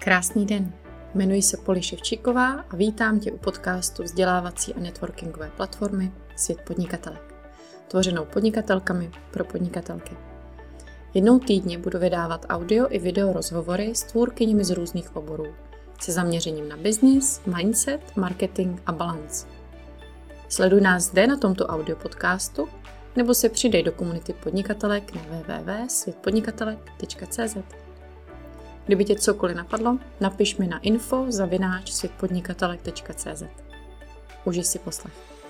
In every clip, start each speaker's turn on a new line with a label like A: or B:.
A: Krásný den, jmenuji se Poli Ševčíková a vítám tě u podcastu vzdělávací a networkingové platformy Svět podnikatelek, tvořenou podnikatelkami pro podnikatelky. Jednou týdně budu vydávat audio i video rozhovory s tvůrkyněmi z různých oborů, se zaměřením na business, mindset, marketing a balance. Sleduj nás zde na tomto audio podcastu nebo se přidej do komunity podnikatelek na www.světpodnikatelek.cz. Kdyby tě cokoliv napadlo, napiš mi na info@světpodnikatelek.cz. Užij si poslech.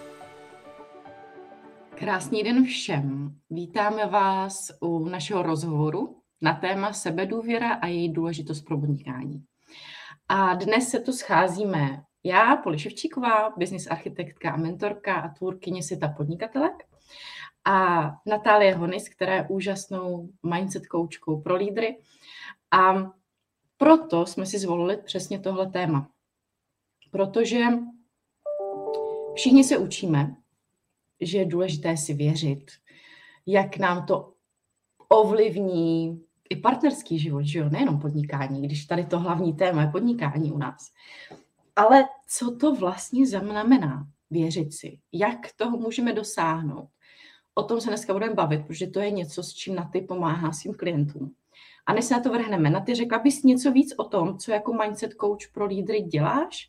A: Krásný den všem. Vítáme vás u našeho rozhovoru na téma sebedůvěra a její důležitost pro podnikání. A dnes se tu scházíme já, Poli Ševčíková, business architektka a mentorka a tvůrkyně Světa podnikatelek, a Natálie Honis, která je úžasnou mindset koučkou pro lídry. A proto jsme si zvolili přesně tohle téma. Protože všichni se učíme, že je důležité si věřit, jak nám to ovlivní i partnerský život, že jo, nejenom podnikání, když tady to hlavní téma je podnikání u nás. Ale co to vlastně znamená věřit si? Jak toho můžeme dosáhnout? O tom se dneska budeme bavit, protože to je něco, s čím Naty pomáhá svým klientům. A než se na to vrhneme, Naty, řekla bys něco víc o tom, co jako mindset coach pro lídry děláš?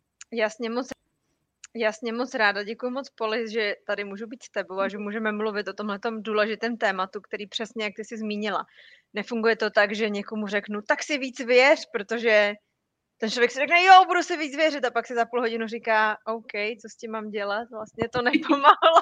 B: Jasně moc ráda. Děkuji moc, Poli, že tady můžu být s tebou a že můžeme mluvit o tomhletom důležitém tématu, který přesně, jak ty jsi zmínila. Nefunguje to tak, že někomu řeknu, tak si víc věř, protože ten člověk si řekne, jo, budu si víc věřit, a pak si za půl hodinu říká, OK, co s tím mám dělat? Vlastně to nepomáhalo.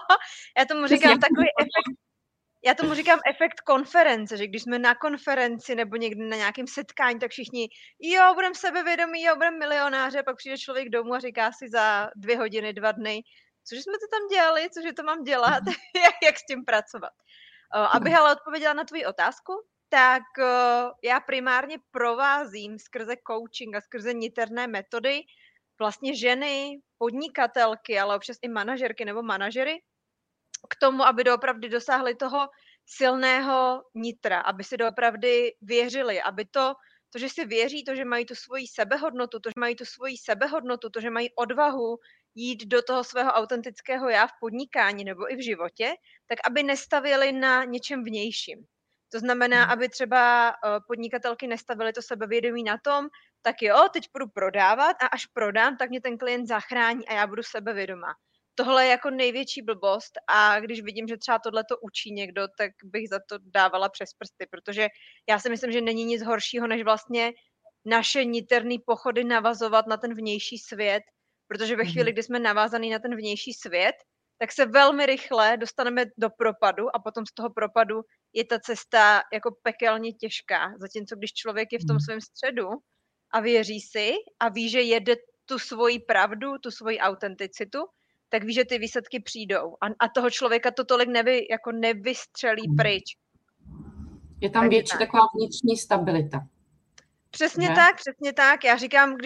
B: Já tomu říkám efekt konference, že když jsme na konferenci nebo někdy na nějakém setkání, tak všichni, jo, budeme sebevědomí, jo, budeme milionáře, pak přijde člověk domů a říká si za 2 hodiny, 2 dny, cože jsme to tam dělali, cože to mám dělat, jak s tím pracovat. Abych ale odpověděla na tvou otázku, tak já primárně provázím skrze coaching a skrze niterné metody vlastně ženy, podnikatelky, ale občas i manažerky nebo manažery, k tomu, aby doopravdy dosáhli toho silného nitra, aby si doopravdy věřili, aby to, že si věří, to, že mají tu svoji sebehodnotu, to, že mají odvahu jít do toho svého autentického já v podnikání nebo i v životě, tak aby nestavěli na něčem vnějším. To znamená, aby třeba podnikatelky nestavily to sebevědomí na tom, tak jo, teď půjdu prodávat a až prodám, tak mě ten klient zachrání a já budu sebevědomá. Tohle je jako největší blbost a když vidím, že třeba tohleto učí někdo, tak bych za to dávala přes prsty, protože já si myslím, že není nic horšího, než vlastně naše niterné pochody navazovat na ten vnější svět, protože ve chvíli, kdy jsme navázaný na ten vnější svět, tak se velmi rychle dostaneme do propadu a potom z toho propadu je ta cesta jako pekelně těžká. Zatímco když člověk je v tom svém středu a věří si a ví, že jede tu svoji pravdu, tu svoji autenticitu, tak ví, že ty výsledky přijdou. A toho člověka to tolik nevystřelí pryč.
A: Je tam větší taková vnitřní stabilita.
B: Přesně tak. Já říkám,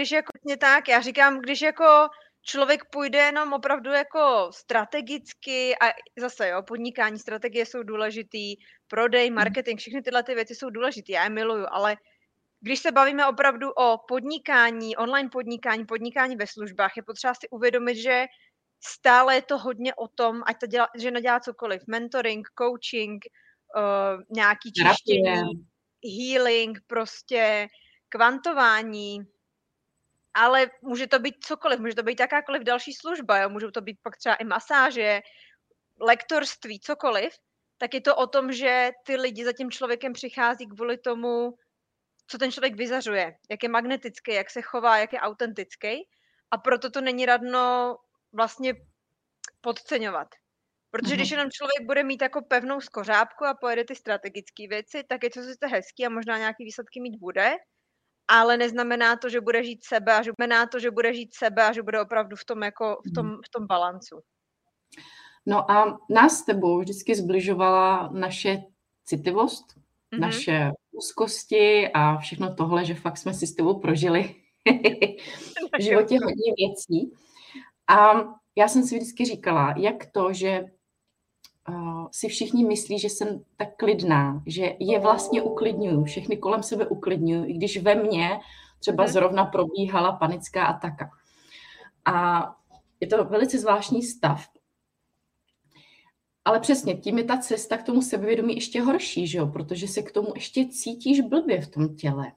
B: když jako člověk půjde jenom opravdu jako strategicky, a zase jo, podnikání, strategie jsou důležitý, prodej, marketing, všechny tyhle ty věci jsou důležitý, já je miluju, ale když se bavíme opravdu o podnikání, online podnikání ve službách, je potřeba si uvědomit, že stále je to hodně o tom, ať žena dělá cokoliv, mentoring, coaching, nějaký čištění, healing, prostě kvantování, ale může to být cokoliv, může to být jakákoliv další služba, jo? Můžou to být pak třeba i masáže, lektorství, cokoliv, tak je to o tom, že ty lidi za tím člověkem přichází kvůli tomu, co ten člověk vyzařuje, jak je magnetický, jak se chová, jak je autentický, a proto to není radno vlastně podceňovat. Protože když jenom člověk bude mít jako pevnou skořápku a pojede ty strategické věci, tak je to sice hezký a možná nějaký výsledky mít bude, ale neznamená to, že bude žít sebe a že bude opravdu v tom balancu.
A: No a nás s tebou vždycky zbližovala naše citivost, naše úzkosti a všechno tohle, že fakt jsme si s tebou prožili v životě hodně věcí. A já jsem si vždycky říkala, jak to, že si všichni myslí, že jsem tak klidná, že je vlastně uklidňuju, všechny kolem sebe uklidňuju, i když ve mně třeba zrovna probíhala panická ataka. A je to velice zvláštní stav. Ale přesně, tím je ta cesta k tomu sebevědomí ještě horší, že jo? Protože se k tomu ještě cítíš blbě v tom těle.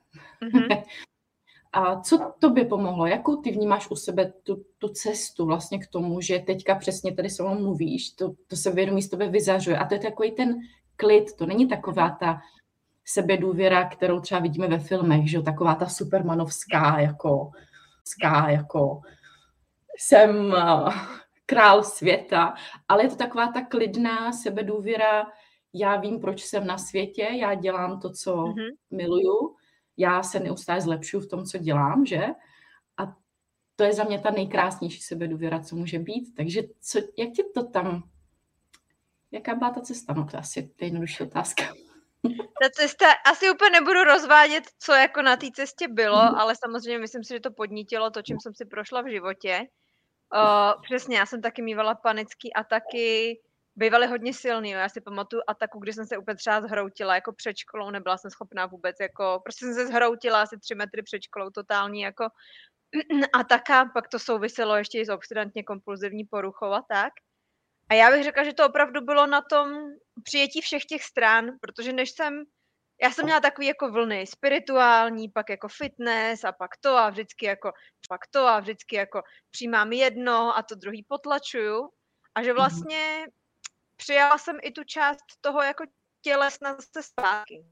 A: A co tobě pomohlo? Jakou ty vnímáš u sebe tu cestu vlastně k tomu, že teďka přesně tady se mnou mluvíš, to sebevědomí z tebe vyzařuje. A to je takový ten klid, to není taková ta sebedůvěra, kterou třeba vidíme ve filmech, že jo? Taková ta supermanovská, jako jsem král světa, ale je to taková ta klidná sebedůvěra, já vím, proč jsem na světě, já dělám to, co miluju, já se neustále zlepšuju v tom, co dělám, že? A to je za mě ta nejkrásnější sebedůvěra, co může být. Takže jak ti to tam, jaká byla ta cesta? No to asi je jednodušší otázka.
B: Ta cesta, asi úplně nebudu rozvádět, co jako na té cestě bylo, ale samozřejmě myslím si, že to podnítilo to, čím jsem si prošla v životě. Přesně, já jsem taky mývala panické ataky, bývaly hodně silný. Já si pamatuju ataku, kdy jsem se úplně třeba zhroutila jako před školou, nebyla jsem schopná vůbec, jako, prostě jsem se zhroutila asi 3 metry před školou, totální jako ataka, pak to souviselo ještě i s obsedantně kompulzivní poruchou a tak. A já bych řekla, že to opravdu bylo na tom přijetí všech těch stran, protože já jsem měla takový jako vlny spirituální, pak jako fitness a pak to a vždycky jako přijímám jedno a to druhý potlačuju. A že vlastně přijala jsem i tu část toho jako tělesna zase zpátky.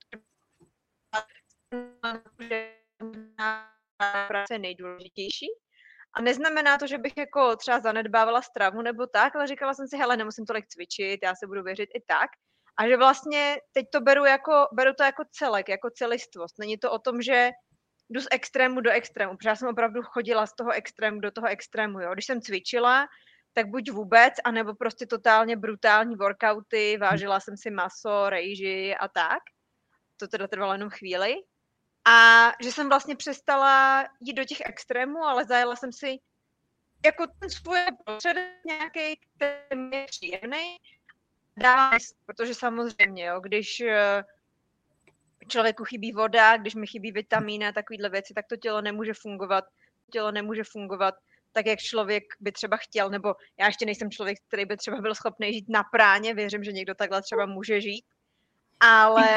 B: Protože práce je nejdůležitější. A neznamená to, že bych jako třeba zanedbávala stravu nebo tak, ale říkala jsem si, hele, nemusím tolik cvičit, já se budu věřit i tak. A že vlastně teď to beru to jako celek, jako celistvost. Není to o tom, že jdu z extrému do extrému, protože já jsem opravdu chodila z toho extrému do toho extrému. Jo. Když jsem cvičila, tak buď vůbec, anebo prostě totálně brutální workouty, vážila jsem si maso, rejži a tak. To teda trvalo jenom chvíli. A že jsem vlastně přestala jít do těch extrémů, ale zajela jsem si jako ten svůj prostředek nějaký, který je příjemný, protože samozřejmě, jo, když člověku chybí voda, když mi chybí vitamíny a takovýhle věci, tak to tělo nemůže fungovat tak, jak člověk by třeba chtěl, nebo já ještě nejsem člověk, který by třeba byl schopný žít na práně, věřím, že někdo takhle třeba může žít, ale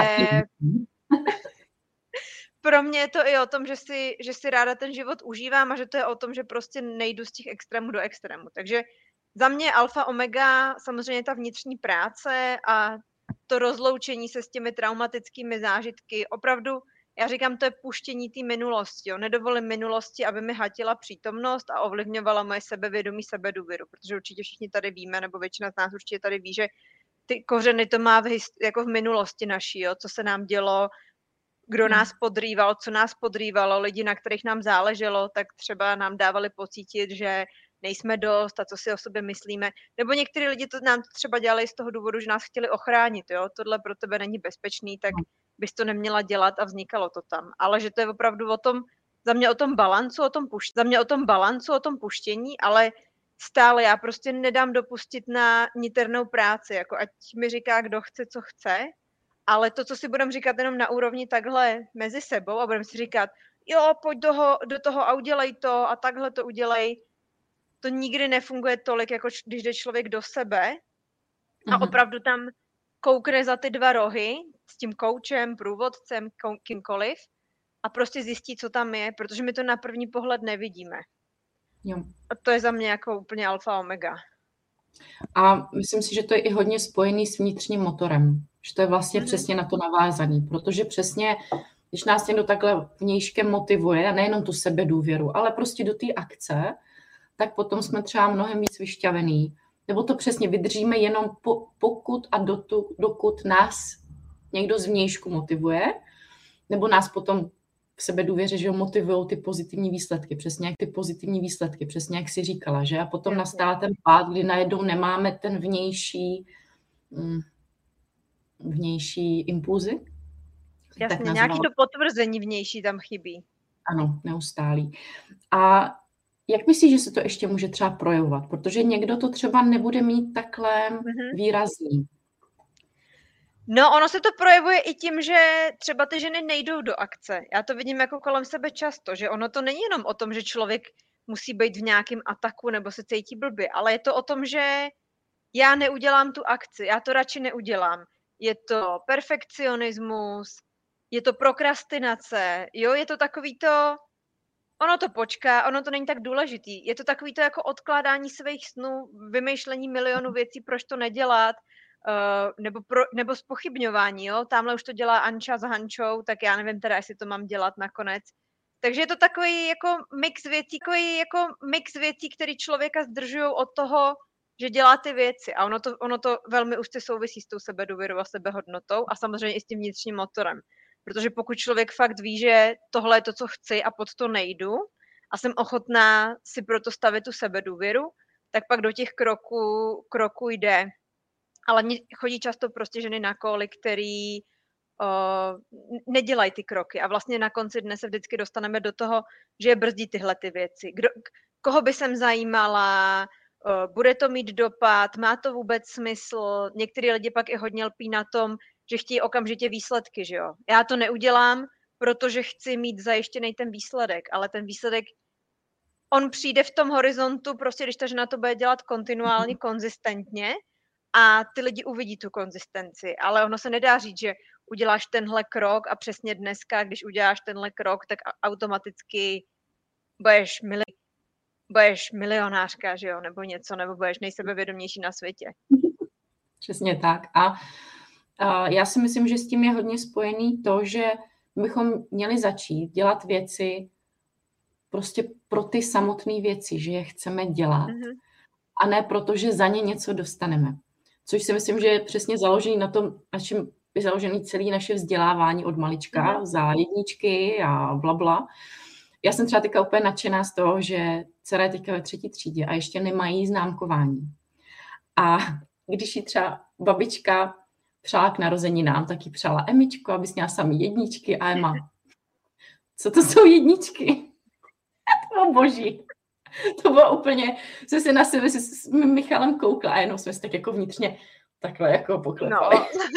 B: pro mě je to i o tom, že si ráda ten život užívám a že to je o tom, že prostě nejdu z těch extrémů do extrému. Takže za mě alfa omega samozřejmě ta vnitřní práce a to rozloučení se s těmi traumatickými zážitky. Opravdu, já říkám, to je puštění té minulosti. Jo. Nedovolím minulosti, aby mi hatila přítomnost a ovlivňovala moje sebevědomí, sebedůvěru, protože určitě všichni tady víme, nebo většina z nás určitě tady ví, že ty kořeny to má jako v minulosti naší, jo, co se nám dělo, kdo nás podrýval, co nás podrývalo, lidi, na kterých nám záleželo, tak třeba nám dávali pocítit, že nejsme dost a co si o sobě myslíme. Nebo některý lidi nám to třeba dělali z toho důvodu, že nás chtěli ochránit. Jo? Tohle pro tebe není bezpečný, tak bys to neměla dělat a vznikalo to tam. Ale že to je opravdu za mě o tom balancu, o tom puštění, ale stále já prostě nedám dopustit na niternou práci. Jako ať mi říká, kdo chce, co chce, ale to, co si budeme říkat jenom na úrovni takhle mezi sebou a budeme si říkat, jo, pojď do toho a udělej to a takhle to udělej, to nikdy nefunguje tolik, jako když jde člověk do sebe a opravdu tam koukne za ty 2 rohy s tím koučem, průvodcem, kýmkoliv a prostě zjistí, co tam je, protože my to na první pohled nevidíme. Jo. A to je za mě jako úplně alfa omega.
A: A myslím si, že to je i hodně spojený s vnitřním motorem. Že to je vlastně přesně na to navázaný, protože přesně, když nás někdo takhle vnějškem motivuje, nejenom tu sebedůvěru, ale prostě do té akce, tak potom jsme třeba mnohem víc vyšťavený. Nebo to přesně vydržíme jenom pokud a dokud nás někdo zvnějšku motivuje, nebo nás potom v sebedůvěře, že ho motivují ty pozitivní výsledky, přesně jak jsi říkala, že? A potom nastává ten pád, kdy najednou nemáme ten vnější impulzy.
B: Jasně, nějaký to potvrzení vnější tam chybí.
A: Ano, neustálý. A jak myslíš, že se to ještě může třeba projevovat? Protože někdo to třeba nebude mít takhle výrazný.
B: No, ono se to projevuje i tím, že třeba ty ženy nejdou do akce. Já to vidím jako kolem sebe často, že ono to není jenom o tom, že člověk musí být v nějakém ataku nebo se cítí blbě, ale je to o tom, že já neudělám tu akci, já to radši neudělám. Je to perfekcionismus, je to prokrastinace, jo, je to takový to, ono to počká, ono to není tak důležitý. Je to takový to jako odkládání svých snů, vymýšlení milionu věcí, proč to nedělat, nebo zpochybňování, jo. Tamhle už to dělá Anča s Hančou, tak já nevím teda, jestli to mám dělat nakonec. Takže je to takový jako mix věcí, které člověka zdržují od toho, že dělá ty věci. A ono to velmi úzce souvisí s tou sebedůvěrou a sebehodnotou a samozřejmě i s tím vnitřním motorem. Protože pokud člověk fakt ví, že tohle je to, co chci a pod to nejdu a jsem ochotná si proto stavit tu sebedůvěru, tak pak do těch kroků jde. Ale chodí často prostě ženy na koly, který nedělají ty kroky a vlastně na konci dne se vždycky dostaneme do toho, že je brzdí tyhle ty věci. Koho by jsem zajímala, bude to mít dopad, má to vůbec smysl. Některý lidi pak i hodně lpí na tom, že chtějí okamžitě výsledky, že jo. Já to neudělám, protože chci mít zajištěný ten výsledek, ale ten výsledek, on přijde v tom horizontu, prostě když ta žena to bude dělat kontinuálně, konzistentně a ty lidi uvidí tu konzistenci, ale ono se nedá říct, že uděláš tenhle krok a přesně dneska, když uděláš tenhle krok, tak automaticky budeš milionářka, že jo, nebo něco, nebo budeš nejsebevědomější na světě.
A: Přesně tak. A já si myslím, že s tím je hodně spojený to, že bychom měli začít dělat věci prostě pro ty samotné věci, že je chceme dělat. A ne proto, že za ně něco dostaneme. Což si myslím, že je přesně založený na tom, na čem je založený celé naše vzdělávání od malička, za jedničky a blabla. Já jsem třeba teďka úplně nadšená z toho, že dcera je teďka ve 3. třídě a ještě nemají známkování. A když jí třeba babička přála k narozeninám, tak jí přála Emičko, abys měla samý jedničky a Ema. Co to jsou jedničky? To bylo boží. To bylo úplně, jsme se na sebe s Michalem koukla a jenom jsme se tak jako vnitřně takhle jako poklepali.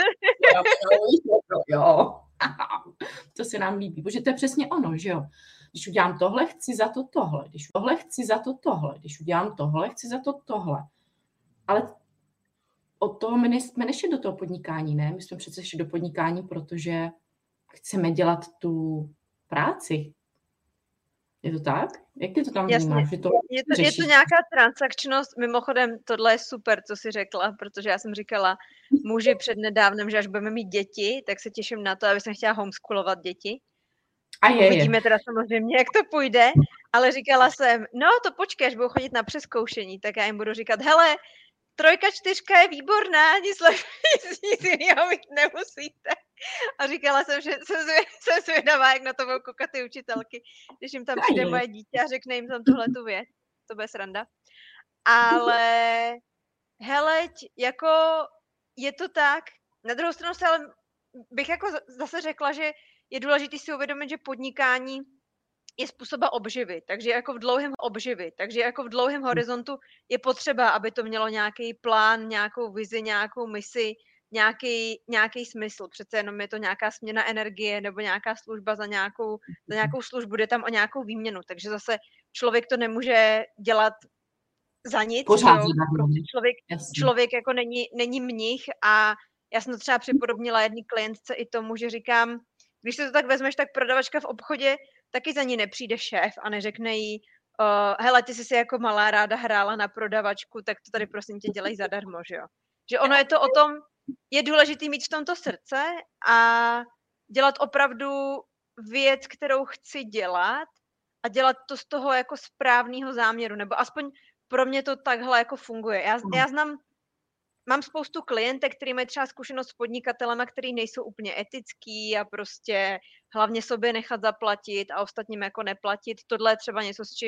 A: No. Jo. To se nám líbí, protože to je přesně ono, že jo. Když udělám tohle, chci za to tohle. Když tohle, chci za to tohle. Když udělám tohle, chci za to tohle. Ale od toho my nešli do toho podnikání, ne? My jsme přece šli do podnikání, protože chceme dělat tu práci. Je to tak? Jak ty to tam vnímáš?
B: Je to nějaká transakčnost. Mimochodem, tohle je super, co jsi řekla, protože já jsem říkala muži přednedávnem, že až budeme mít děti, tak se těším na to, aby jsem chtěla homeschoolovat děti. Uvidíme teda samozřejmě, jak to půjde, ale říkala jsem, no to počkej, až budou chodit na přezkoušení, tak já jim budu říkat, hele, 3, 4 je výborná, nic jiného mít nemusíte. A říkala jsem, že jsem zvědavá, jak na to budou koukat ty učitelky, když jim tam přijde moje dítě a řekne jim tam tuhletu věc. To bude sranda. Ale hele, jako je to tak. Na druhou stranu se ale bych jako zase řekla, že je důležité si uvědomit, že podnikání je způsoba obživy, takže jako v dlouhém horizontu je potřeba, aby to mělo nějaký plán, nějakou vizi, nějakou misi, nějaký smysl. Přece jenom je to nějaká směna energie nebo nějaká služba za nějakou službu, jde tam o nějakou výměnu. Takže zase člověk to nemůže dělat za nic. Člověk jako není mnich a já jsem to třeba připodobnila jedné klientce i tomu, že říkám, když se to tak vezmeš, tak prodavačka v obchodě taky za ní nepřijde šéf a neřekne jí, hele, ty jsi si jako malá ráda hrála na prodavačku, tak to tady prosím tě dělej zadarmo, že jo. Že ono je to o tom, je důležitý mít v tomto srdce a dělat opravdu věc, kterou chci dělat a dělat to z toho jako správného záměru, nebo aspoň pro mě to takhle jako funguje. Já mám spoustu klientek, který mají třeba zkušenost s podnikatelema, který nejsou úplně etický a prostě hlavně sobě nechat zaplatit a ostatním jako neplatit. Tohle je třeba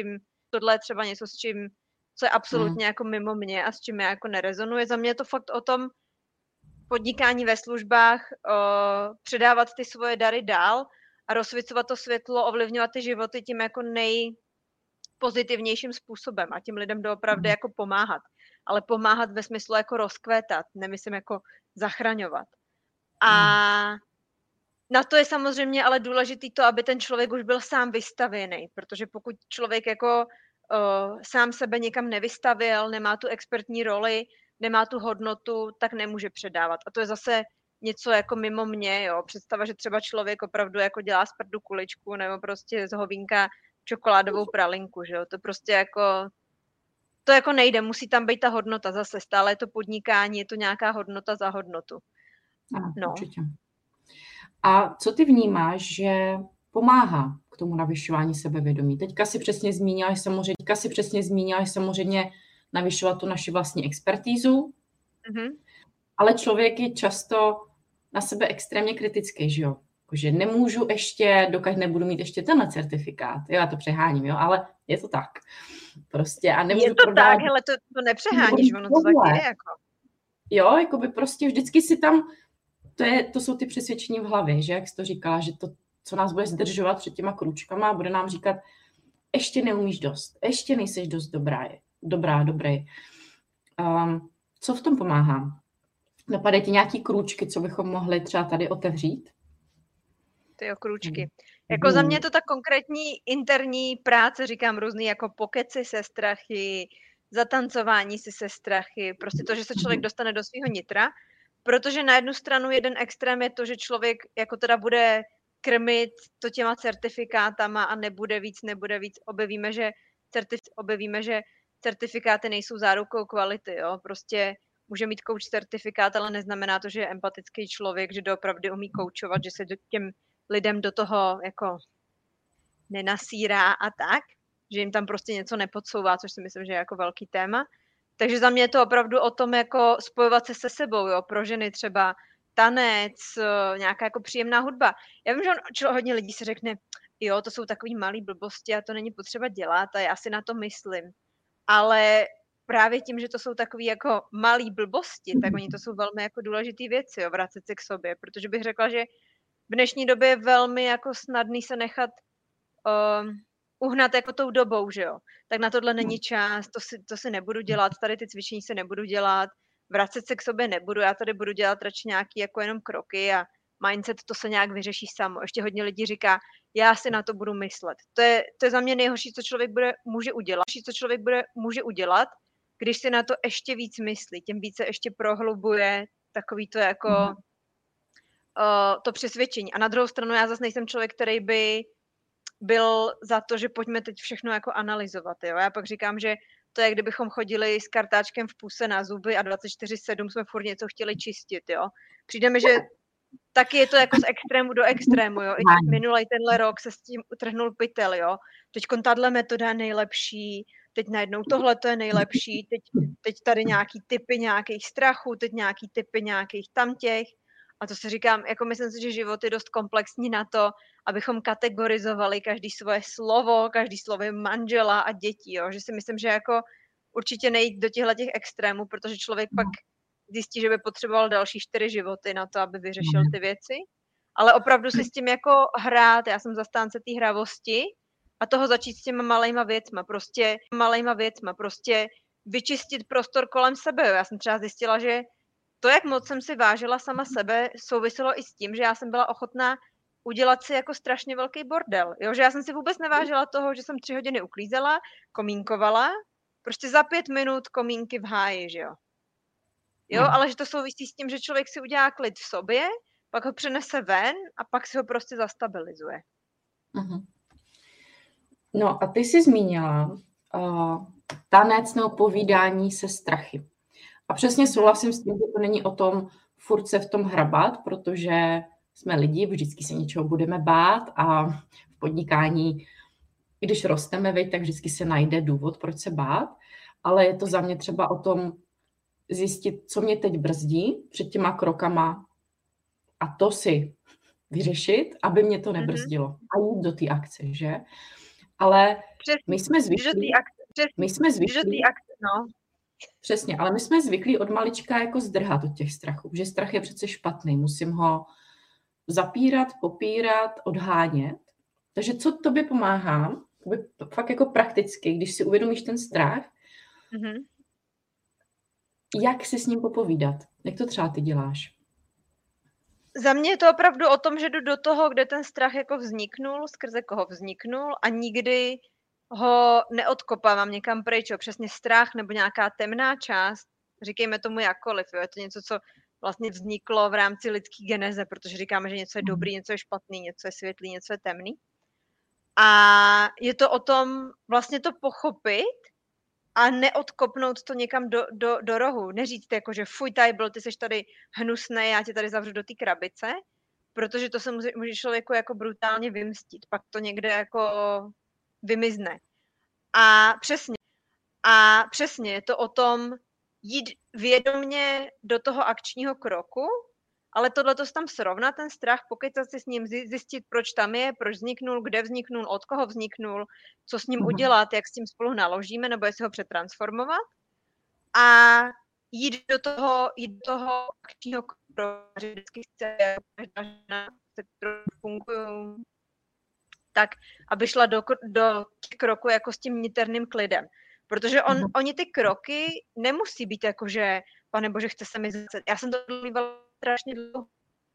B: něco, s čím, co je absolutně jako mimo mě a s čím já jako nerezonuje. Za mě je to fakt o tom podnikání ve službách, předávat ty svoje dary dál a rozsvicovat to světlo, ovlivňovat ty životy tím jako nejpozitivnějším způsobem a tím lidem doopravdy jako pomáhat. Ale pomáhat ve smyslu jako rozkvétat, nemyslím jako zachraňovat. A na to je samozřejmě ale důležitý to, aby ten člověk už byl sám vystavěný, protože pokud člověk jako sám sebe někam nevystavil, nemá tu expertní roli, nemá tu hodnotu, tak nemůže předávat. A to je zase něco jako mimo mě, jo. Představa, že třeba člověk opravdu jako dělá z prdu kuličku nebo prostě z hovínka čokoládovou pralinku, že jo. To prostě jako, to jako nejde, musí tam být ta hodnota zase. Stále je to podnikání, je to nějaká hodnota za hodnotu.
A: Ano, určitě. A co ty vnímáš, že pomáhá k tomu navyšování sebevědomí? Teďka si přesně zmínila samozřejmě navyšovat tu naši vlastní expertízu, ale člověk je často na sebe extrémně kritický, že jo? Že nemůžu ještě, dokud nebudu mít ještě tenhle certifikát. Jo, já to přeháním, jo, ale je to tak. Prostě a nemůžu
B: je to prodávat, tak, hele, to nepřeháníš, ono to tak je, jako.
A: Jo, jakoby prostě vždycky si tam, to jsou ty přesvědčení v hlavě, že jak jsi to říkala, že to, co nás bude zdržovat před těma krůčkama, bude nám říkat, ještě neumíš dost, ještě nejseš dost dobrý. Co v tom pomáhá? Napadají ti nějaký krůčky, co bychom mohli třeba tady otevřít?
B: Ty krůčky. Jako za mě to ta konkrétní interní práce, říkám různý jako pokeci se strachy, zatancování si se strachy, prostě to, že se člověk dostane do svého nitra, protože na jednu stranu jeden extrém je to, že člověk jako teda bude krmit to těma certifikátama a nebude víc. Objevíme, že certifikáty nejsou zárukou kvality, jo, prostě může mít coach certifikát, ale neznamená to, že je empatický člověk, že doopravdy umí koučovat, že se těm lidem do toho jako nenasírá a tak, že jim tam prostě něco nepodsouvá, což si myslím, že je jako velký téma. Takže za mě je to opravdu o tom jako spojovat se sebou, jo, pro ženy třeba tanec, nějaká jako příjemná hudba. Já vím, že hodně lidí si řekne, jo, to jsou takový malý blbosti a to není potřeba dělat a já si na to myslím. Ale právě tím, že to jsou takový jako malý blbosti, tak oni to jsou velmi jako důležitý věci, jo, vracet se k sobě, protože bych řekla, že v dnešní době je velmi jako snadný se nechat uhnat jako tou dobou, že jo. Tak na tohle není čas, to si nebudu dělat, tady ty cvičení se nebudu dělat, vracet se k sobě nebudu, já tady budu dělat radši nějaký jako jenom kroky a mindset to se nějak vyřeší samo. Ještě hodně lidí říká, já si na to budu myslet. To je za mě nejhorší, co člověk může udělat, když si na to ještě víc myslí, tím více ještě prohlubuje takový to jako to přesvědčení. A na druhou stranu já zase nejsem člověk, který by byl za to, že pojďme teď všechno jako analyzovat. Jo? Já pak říkám, že to je, kdybychom chodili s kartáčkem v puse na zuby a 24/7 jsme furt něco chtěli čistit. Jo? Přijde mi, že taky je to jako z extrému do extrému. Jo? I minulý tenhle rok se s tím utrhnul pytel. Jo? Teďkon tahle metoda je nejlepší, teď najednou tohle to je nejlepší, teď tady nějaký typy nějakých strachů, teď nějaký typy nějakých tamtěch. A to si říkám, jako myslím si, že život je dost komplexní na to, abychom kategorizovali každý svoje slovo, každý slovo manžela a dětí, jo? Že si myslím, že jako určitě nejít do těchto extrémů, protože člověk pak zjistí, že by potřeboval další 4 životy na to, aby vyřešil ty věci. Ale opravdu si s tím jako hrát, já jsem zastánce té hravosti a toho začít s těma malejma věcma, prostě vyčistit prostor kolem sebe. Jo? Já jsem třeba zjistila, že to, jak moc jsem si vážila sama sebe, souviselo i s tím, že já jsem byla ochotná udělat si jako strašně velký bordel. Jo? Že já jsem si vůbec nevážila toho, že jsem 3 hodiny uklízela, komínkovala, prostě za 5 minut komínky v háji, že jo. Jo, ale že to souvisí s tím, že člověk si udělá klid v sobě, pak ho přenese ven a pak si ho prostě zastabilizuje.
A: No a ty jsi zmínila tanec nebo povídání se strachy. A přesně souhlasím s tím, že to není o tom furt se v tom hrabat, protože jsme lidi, vždycky se něčeho budeme bát a v podnikání, když rosteme, tak vždycky se najde důvod, proč se bát, ale je to za mě třeba o tom zjistit, co mě teď brzdí před těma krokama a to si vyřešit, aby mě to nebrzdilo a jít do té akce, že? Ale my jsme zvyklí... Přesně, ale my jsme zvyklí od malička jako zdrhat od těch strachů, že strach je přece špatný, musím ho zapírat, popírat, odhánět. Takže co tobě pomáhá, fakt jako prakticky, když si uvědomíš ten strach, jak si s ním popovídat? Jak to třeba ty děláš?
B: Za mě je to opravdu o tom, že jdu do toho, kde ten strach jako vzniknul, skrze koho vzniknul a nikdy ho neodkopávám někam pryč. Přesně strach nebo nějaká temná část, říkejme tomu jakkoliv. Jo. Je to něco, co vlastně vzniklo v rámci lidské geneze, protože říkáme, že něco je dobrý, něco je špatný, něco je světlý, něco je temný. A je to o tom vlastně to pochopit a neodkopnout to někam do rohu. Neříct jako, že fuj, Tybal, ty seš tady hnusnej, já tě tady zavřu do té krabice, protože to se může člověku jako brutálně vymstit. Pak to někde jako vymizne. A přesně je to o tom jít vědomně do toho akčního kroku, ale tohle to tam srovnat, ten strach, pokecat si s ním, zjistit, proč tam je, proč vzniknul, kde vzniknul, od koho vzniknul, co s ním udělat, jak s tím spolu naložíme, nebo jestli ho přetransformovat. A jít do toho akčního kroku, že vždycky chce každá žena, se kterou fungují, tak aby šla do kroku jako s tím niterným klidem. Protože oni ty kroky nemusí být jako, že Pane Bože, chce se mi zase. Já jsem to mývala strašně dlouho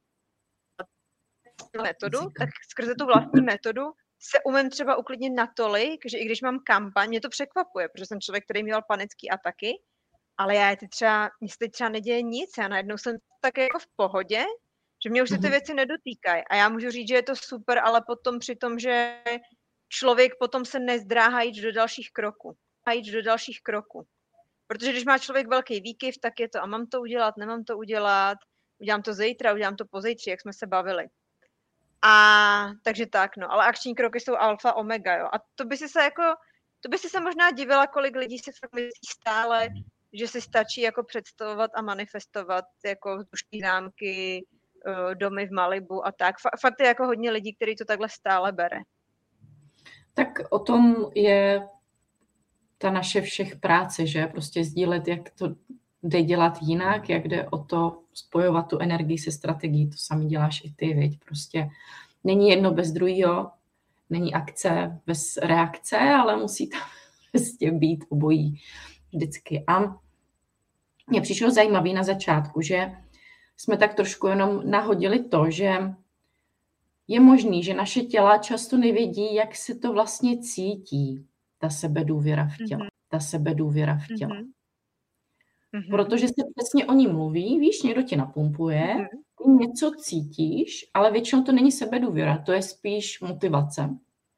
B: metodu, tak skrze tu vlastní metodu se umím třeba uklidnit natolik, že i když mám kampaň, mě to překvapuje, protože jsem člověk, který měl panický ataky, ale mně se teď třeba neděje nic, já najednou jsem tak jako v pohodě, že mě už se ty věci nedotýkají. A já můžu říct, že je to super, ale potom při tom, že člověk potom se nezdráhá jít do dalších kroků. Protože když má člověk velký výkyv, tak je to a mám to udělat, nemám to udělat, udělám to zítra, udělám to pozítří, jak jsme se bavili. A takže tak, no, ale akční kroky jsou alfa, omega, jo. A to by si se možná divila, kolik lidí si fakt myslí stále, že si stačí jako představovat a manifestovat jako vzdušní zámky, domy v Malibu a tak. Fakt je jako hodně lidí, kteří to takhle stále bere.
A: Tak o tom je ta naše všech práce, že? Prostě sdílet, jak to jde dělat jinak, jak jde o to spojovat tu energii se strategií. To sami děláš i ty, viď? Prostě není jedno bez druhého, není akce bez reakce, ale musí tam prostě být obojí vždycky. A mně přišlo zajímavé na začátku, že jsme tak trošku jenom nahodili to, že je možný, že naše těla často nevědí, jak se to vlastně cítí, ta sebedůvěra v těle. Protože se přesně o ní mluví, víš, někdo tě napumpuje, ty něco cítíš, ale většinou to není sebedůvěra, to je spíš motivace.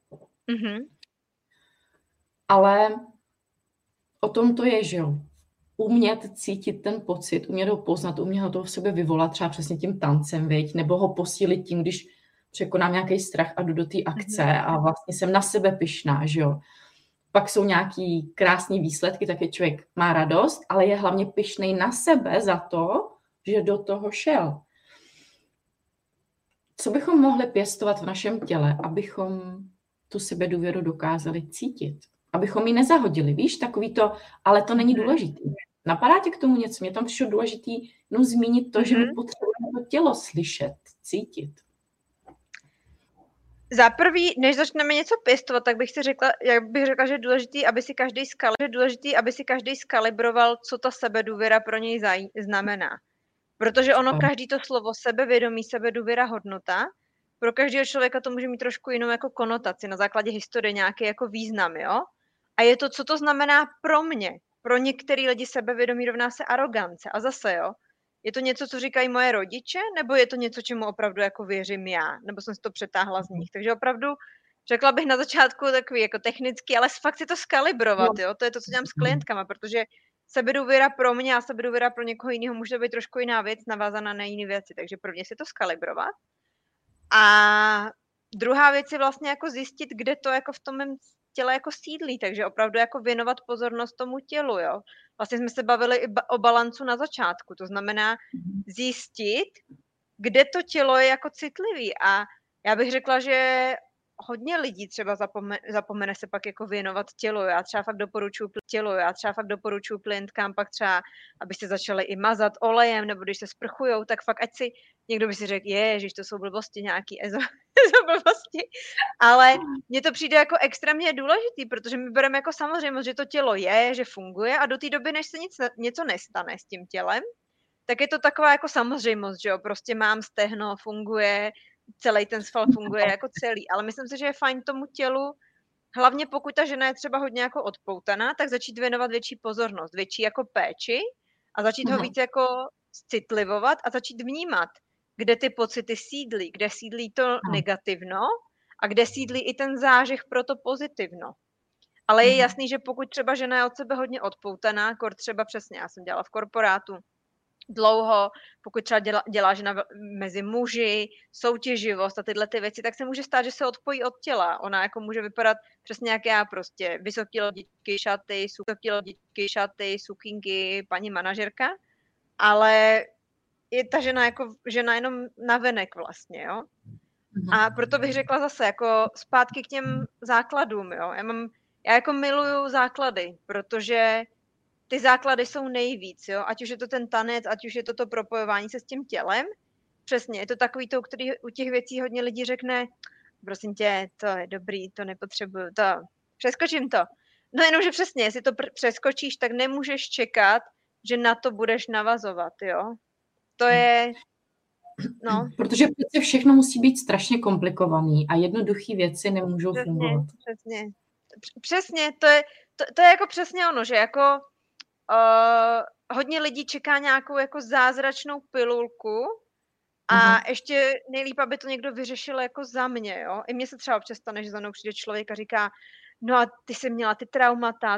A: Ale o tom to je, že jo. Umět cítit ten pocit, umět ho poznat, umět ho to v sebe vyvolat třeba přesně tím tancem, viď? Nebo ho posílit tím, když překonám nějaký strach a jdu do té akce a vlastně jsem na sebe pyšná, že jo. Pak jsou nějaký krásný výsledky, tak je člověk má radost, ale je hlavně pyšnej na sebe za to, že do toho šel. Co bychom mohli pěstovat v našem těle, abychom tu sebedůvěru dokázali cítit? Abychom ji nezahodili, víš, takový to, ale to není důležitý. Napadá tě k tomu něco? Mě tam přišlo důležitý zmínit to, že my potřebujeme to tělo slyšet, cítit.
B: Za prvý, než začneme něco pěstovat, tak bych řekla, že je důležitý, aby si každý skalibroval, co ta sebedůvěra pro něj znamená. Protože každý to slovo sebevědomí, sebedůvěra, hodnota, pro každého člověka to může mít trošku jinou jako konotaci, na základě historie nějaký jako význam, jo? A je to, co to znamená pro mě. Pro některý lidi sebevědomí rovná se arogance. A zase, jo, je to něco, co říkají moje rodiče, nebo je to něco, čemu opravdu jako věřím já, nebo jsem si to přetáhla z nich. Takže opravdu řekla bych na začátku takový jako technicky, ale fakt si to skalibrovat, jo, to je to, co dělám s klientkama, protože sebedůvěra pro mě a sebedůvěra pro někoho jiného může být trošku jiná věc, navázaná na jiné věci, takže prvně si to skalibrovat. A druhá věc je vlastně jako zjistit, kde to jako v tom mém těle jako sídlí, takže opravdu jako věnovat pozornost tomu tělu, jo. Vlastně jsme se bavili i o balancu na začátku, to znamená zjistit, kde to tělo je jako citlivý a já bych řekla, že hodně lidí třeba zapomene se pak jako věnovat tělu. Já třeba fakt doporučuji klientkám pak třeba, abyste začali i mazat olejem, nebo když se sprchujou, tak fakt ať si, někdo by si řekl, ježiš, to jsou blbosti nějaký blbosti, ale mně to přijde jako extrémně důležitý, protože my bereme jako samozřejmost, že to tělo je, že funguje a do té doby, než se něco nestane s tím tělem, tak je to taková jako samozřejmost, že jo, prostě mám stehno, funguje, celý ten sval funguje jako celý, ale myslím si, že je fajn tomu tělu, hlavně pokud ta žena je třeba hodně jako odpoutaná, tak začít věnovat větší pozornost, větší jako péči a začít ho víc jako citlivovat a začít vnímat, kde ty pocity sídlí, kde sídlí to negativno a kde sídlí i ten zážeh pro to pozitivno. Ale je jasný, že pokud třeba žena je od sebe hodně odpoutaná, třeba přesně, já jsem dělala v korporátu dlouho, pokud třeba dělá žena mezi muži, soutěživost a tyhle ty věci, tak se může stát, že se odpojí od těla. Ona jako může vypadat přesně jak já, prostě vysoké lodičky, šaty, sukinky, paní manažerka, ale je ta žena jako žena jenom navenek vlastně, jo. A proto bych řekla zase, jako zpátky k těm základům, jo. Já jako miluju základy, protože ty základy jsou nejvíc, jo. Ať už je to ten tanec, ať už je to propojování se s tím tělem. Přesně, je to takový to, který u těch věcí hodně lidí řekne, prosím tě, to je dobrý, to nepotřebuju, to přeskočím to. No jenomže přesně, jestli to přeskočíš, tak nemůžeš čekat, že na to budeš navazovat, jo. To je... No.
A: Protože přece všechno musí být strašně komplikovaný a jednoduché věci nemůžou fungovat.
B: Přesně, to je jako přesně ono, že jako hodně lidí čeká nějakou jako zázračnou pilulku a ještě nejlíp, aby to někdo vyřešil jako za mě, jo. I mně se třeba občas stane, že za mnou přijde člověk a říká, no a ty jsi měla ty traumata,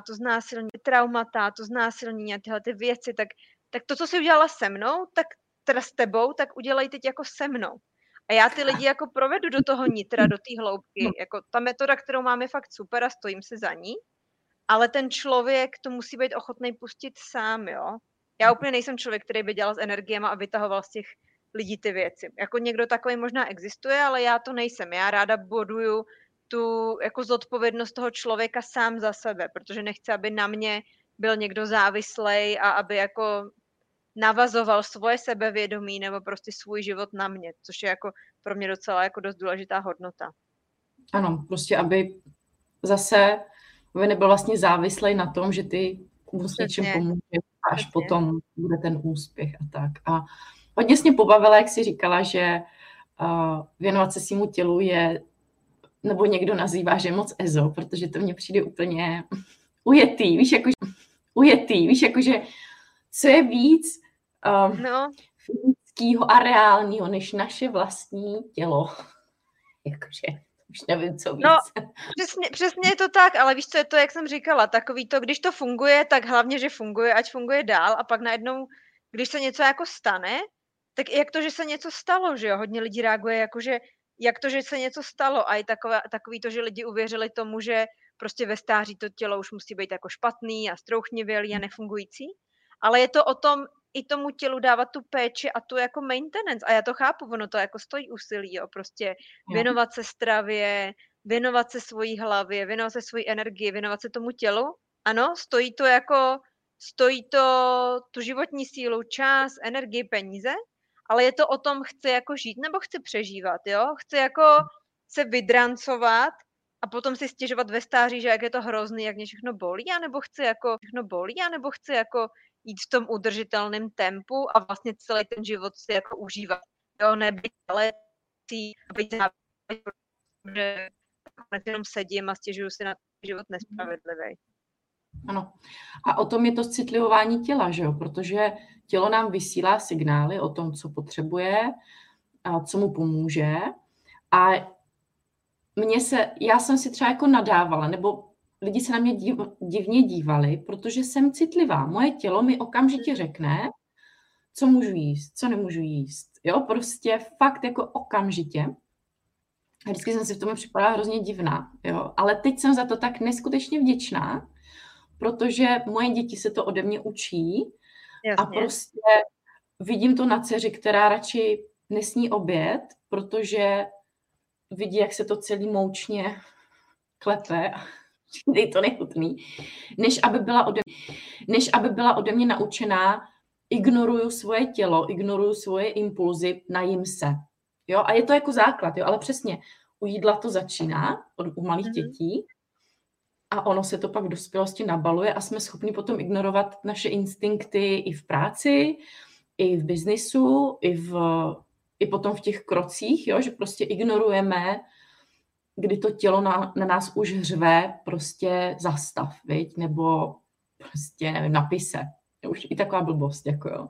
B: to znásilnění a tyhle ty věci, tak to, co jsi udělala se mnou, tak teda s tebou, tak udělej teď jako se mnou. A já ty lidi jako provedu do toho nitra, do té hloubky. Jako ta metoda, kterou mám, je fakt super a stojím si za ní, ale ten člověk to musí být ochotný pustit sám, jo. Já úplně nejsem člověk, který by dělal s energiema a vytahoval z těch lidí ty věci. Jako někdo takový možná existuje, ale já to nejsem. Já ráda boduju tu jako zodpovědnost toho člověka sám za sebe, protože nechci, aby na mě byl někdo závislej a aby jako navazoval svoje sebevědomí nebo prostě svůj život na mě, což je jako pro mě docela jako dost důležitá hodnota.
A: Ano, prostě aby zase nebyl vlastně závislý na tom, že ty mu s něčím pomůžeš a až potom bude ten úspěch a tak. A hodně jsi mě pobavila, jak jsi říkala, že věnovat se svýmu tělu je, nebo někdo nazývá, že je moc ezo, protože to mně přijde úplně ujetý, víš, jakože co je víc fyzického a reálního, než naše vlastní tělo. Jakože už nevím, co víc.
B: No, přesně je to tak, ale víš, co je to, jak jsem říkala, takový to, když to funguje, tak hlavně, že funguje, ať funguje dál a pak najednou, když se něco jako stane, tak jak to, že se něco stalo, že jo, hodně lidí reaguje jakože, jak to, že se něco stalo a i takový to, že lidi uvěřili tomu, že prostě ve stáří to tělo už musí být jako špatný a strouchnivělý a nefungující, ale je to o tom, i tomu tělu dávat tu péči a tu jako maintenance. A já to chápu, ono to jako stojí úsilí, jo, prostě věnovat se stravě, věnovat se svojí hlavě, věnovat se svojí energii, věnovat se tomu tělu. Ano, stojí to tu životní sílu, čas, energii, peníze, ale je to o tom, chci jako žít nebo chci přežívat, jo? Chci jako se vydrancovat a potom si stěžovat ve stáří, že jak je to hrozný, jak mě všechno bolí, anebo chci jako jít v tom udržitelném tempu a vlastně celý ten život si jako užívat. Jo, nebyt ale být že jenom sedím a stěžuju si na život nespravedlivý.
A: Ano. A o tom je to citlivování těla, že jo? Protože tělo nám vysílá signály o tom, co potřebuje, a co mu pomůže. A já jsem si třeba jako nadávala, nebo lidi se na mě divně dívali, protože jsem citlivá. Moje tělo mi okamžitě řekne, co můžu jíst, co nemůžu jíst. Jo, prostě fakt jako okamžitě. A vždycky jsem si v tom připadala hrozně divná. Jo? Ale teď jsem za to tak neskutečně vděčná, protože moje děti se to ode mě učí. Jasně. A prostě vidím to na dceři, která radši nesní oběd, protože vidí, jak se to celý moučně klepe a je to nechutný, než aby byla ode mě naučená, ignoruju svoje tělo, ignoruju svoje impulzy, najím se. Jo? A je to jako základ, jo? Ale přesně u jídla to začíná u malých dětí a ono se to pak v dospělosti nabaluje a jsme schopni potom ignorovat naše instinkty i v práci i v biznisu, i potom v těch krocích, jo, že prostě ignorujeme, kdy to tělo na nás už řve, prostě zastav, viď? Nebo prostě, nevím, napij se. Už i taková blbost, jako jo.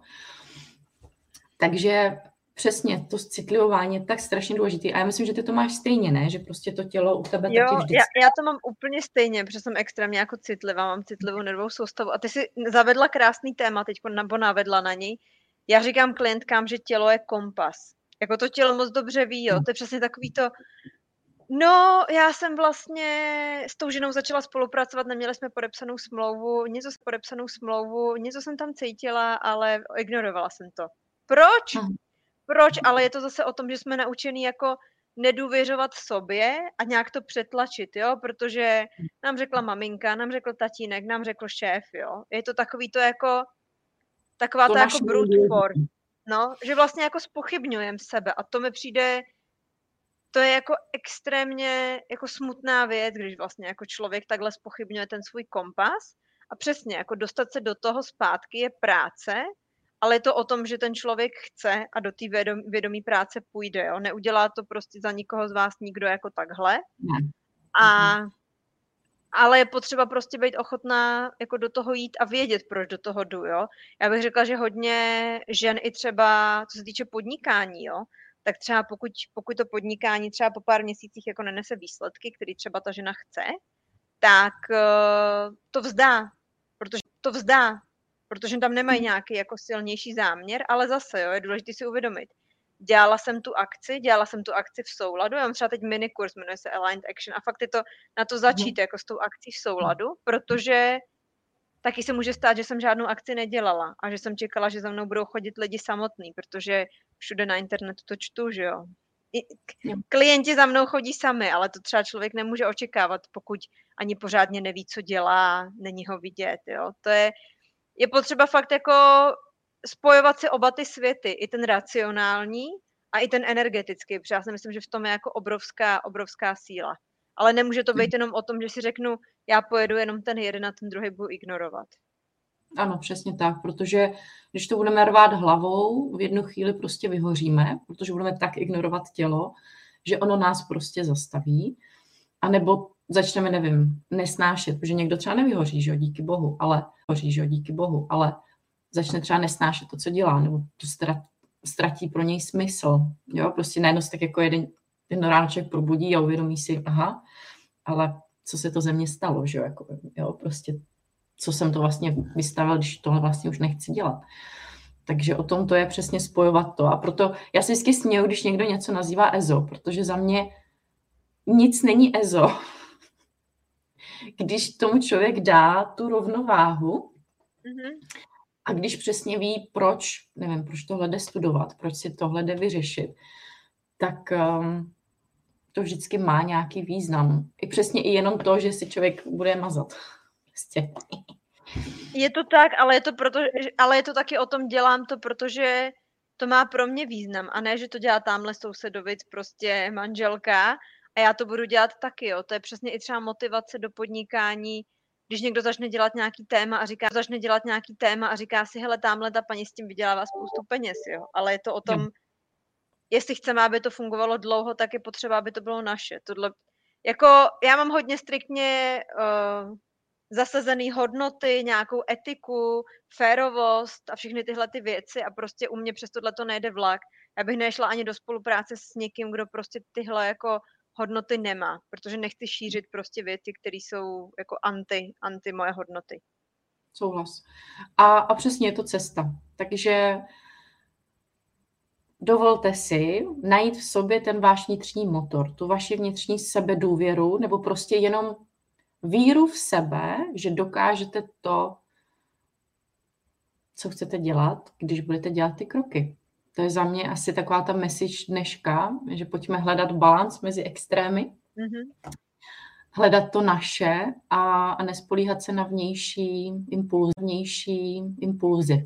A: Takže přesně to citlivování je tak strašně důležité. A já myslím, že ty to máš stejně, ne? Že prostě to tělo u tebe taky vždycky...
B: Já to mám úplně stejně, protože jsem extrémně jako citlivá, mám citlivou nervovou soustavu. A ty si zavedla krásný téma teď, nebo navedla na něj. Já říkám klientkám, že tělo je kompas. Jako to tělo moc dobře ví, jo. To je přesně takový to... No, já jsem vlastně s tou ženou začala spolupracovat, neměli jsme podepsanou smlouvu, něco jsem tam cítila, ale ignorovala jsem to. Proč? Proč? Ale je to zase o tom, že jsme naučení jako nedůvěřovat sobě a nějak to přetlačit, jo? Protože nám řekla maminka, nám řekl tatínek, nám řekl šéf, jo? Je to takový to jako, taková to jako brute force, no? Že vlastně jako zpochybňujeme sebe a to mi přijde, to je jako extrémně jako smutná věc, když vlastně jako člověk takhle zpochybňuje ten svůj kompas a přesně jako dostat se do toho zpátky je práce, ale je to o tom, že ten člověk chce a do té vědomí práce půjde, jo? Neudělá to prostě za nikoho z vás nikdo jako takhle. Ale je potřeba prostě být ochotná jako do toho jít a vědět, proč do toho jdu, jo. Já bych řekla, že hodně žen i třeba, co se týče podnikání, jo, tak třeba pokud to podnikání třeba po pár měsících jako nenese výsledky, které třeba ta žena chce, tak to vzdá, protože tam nemají nějaký jako silnější záměr, ale zase, jo, je důležité si uvědomit. Dělala jsem tu akci v souladu, já mám třeba teď minikurs, jmenuje se Aligned Action a fakt je to na to začít jako s tou akcí v souladu, protože taky se může stát, že jsem žádnou akci nedělala a že jsem čekala, že za mnou budou chodit lidi samotný, protože všude na internetu to čtu, že jo. Klienti za mnou chodí sami, ale to třeba člověk nemůže očekávat, pokud ani pořádně neví, co dělá, není ho vidět, jo. To je potřeba fakt jako spojovat si oba ty světy, i ten racionální a i ten energetický, protože já si myslím, že v tom je jako obrovská síla. Ale nemůže to být jenom o tom, že si řeknu, já pojedu jenom ten jeden a ten druhý budu ignorovat.
A: Ano, přesně tak, protože když to budeme rvát hlavou, v jednu chvíli prostě vyhoříme, protože budeme tak ignorovat tělo, že ono nás prostě zastaví, anebo začneme, nevím, nesnášet, protože někdo třeba nevyhoří, že jo, díky bohu, ale začne třeba nesnášet to, co dělá, nebo to ztratí pro něj smysl, jo, prostě najednou se tak jako jeden ráno člověk probudí a uvědomí si, aha, ale co se to ze mě stalo, že jo, jako, jo, prostě co jsem to vlastně vystavil, když tohle vlastně už nechci dělat. Takže o tom to je přesně spojovat to. A proto já si vždycky směju, když někdo něco nazývá EZO, protože za mě nic není EZO. Když tomu člověk dá tu rovnováhu a když přesně ví, proč tohle jde studovat, proč si tohle jde vyřešit, tak to vždycky má nějaký význam. I přesně i jenom to, že si člověk bude mazat. Prostě.
B: Je to tak, ale je to taky o tom, dělám to, protože to má pro mě význam a ne, že to dělá tamhle sousedovic, prostě manželka a já to budu dělat taky, jo. To je přesně i třeba motivace do podnikání, když někdo začne dělat nějaký téma a říká si, hele, tamhle ta paní s tím vydělává spoustu peněz, jo. Ale je to o tom, jestli chceme, aby to fungovalo dlouho, tak je potřeba, aby to bylo naše. Tohle, jako já mám hodně striktně zasazený hodnoty, nějakou etiku, férovost a všechny tyhle ty věci a prostě u mě přes tohleto nejde vlak. Já bych nešla ani do spolupráce s někým, kdo prostě tyhle jako hodnoty nemá, protože nechci šířit prostě věci, které jsou jako anti moje hodnoty.
A: Souhlas. A přesně je to cesta. Takže dovolte si najít v sobě ten váš vnitřní motor, tu vaši vnitřní sebedůvěru, nebo prostě jenom víru v sebe, že dokážete to, co chcete dělat, když budete dělat ty kroky. To je za mě asi taková ta message dneška, že pojďme hledat balans mezi extrémy, hledat to naše a nespolíhat se na vnější impulzy.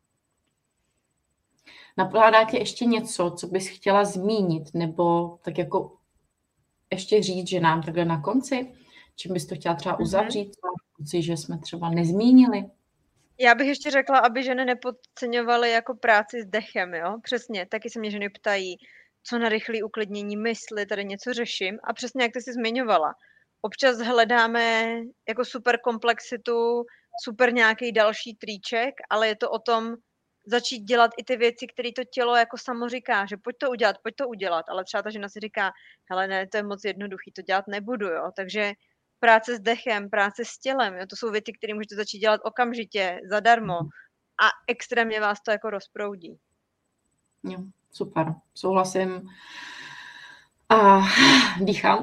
A: Napadá tě ještě něco, co bys chtěla zmínit, nebo tak jako ještě říct, že nám takhle na konci, čím bys to chtěla třeba uzavřít, že jsme třeba nezmínili?
B: Já bych ještě řekla, aby ženy nepodceňovaly jako práci s dechem, jo? Přesně, taky se mě ženy ptají, co na rychlé uklidnění mysli, tady něco řeším. A přesně jak ty jsi zmiňovala, občas hledáme jako super komplexitu, super nějaký další triček, ale je to o tom začít dělat i ty věci, které to tělo jako samo říká, že pojď to udělat, ale třeba ta žena si říká, hele ne, to je moc jednoduchý, to dělat nebudu, jo? Takže práce s dechem, práce s tělem, jo? To jsou věci, které můžete začít dělat okamžitě, zadarmo a extrémně vás to jako rozproudí.
A: Jo, super, souhlasím. A dýchám.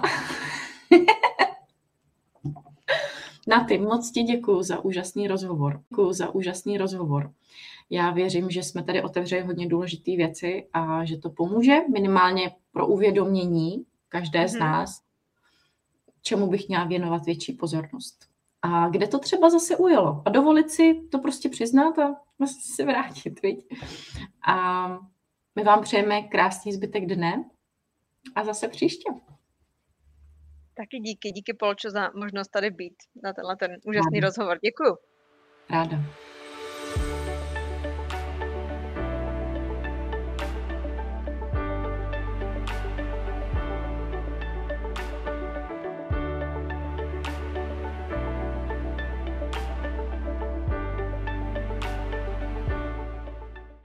A: Naty, moc ti děkuju za úžasný rozhovor. Já věřím, že jsme tady otevřeli hodně důležité věci a že to pomůže minimálně pro uvědomění každé z nás, čemu bych měla věnovat větší pozornost. A kde to třeba zase ujelo. A dovolit si to prostě přiznat a vlastně se vrátit, viď? A my vám přejeme krásný zbytek dne a zase příště.
B: Taky díky Polčo za možnost tady být na tenhle ten úžasný rozhovor. Děkuju.
A: Ráda.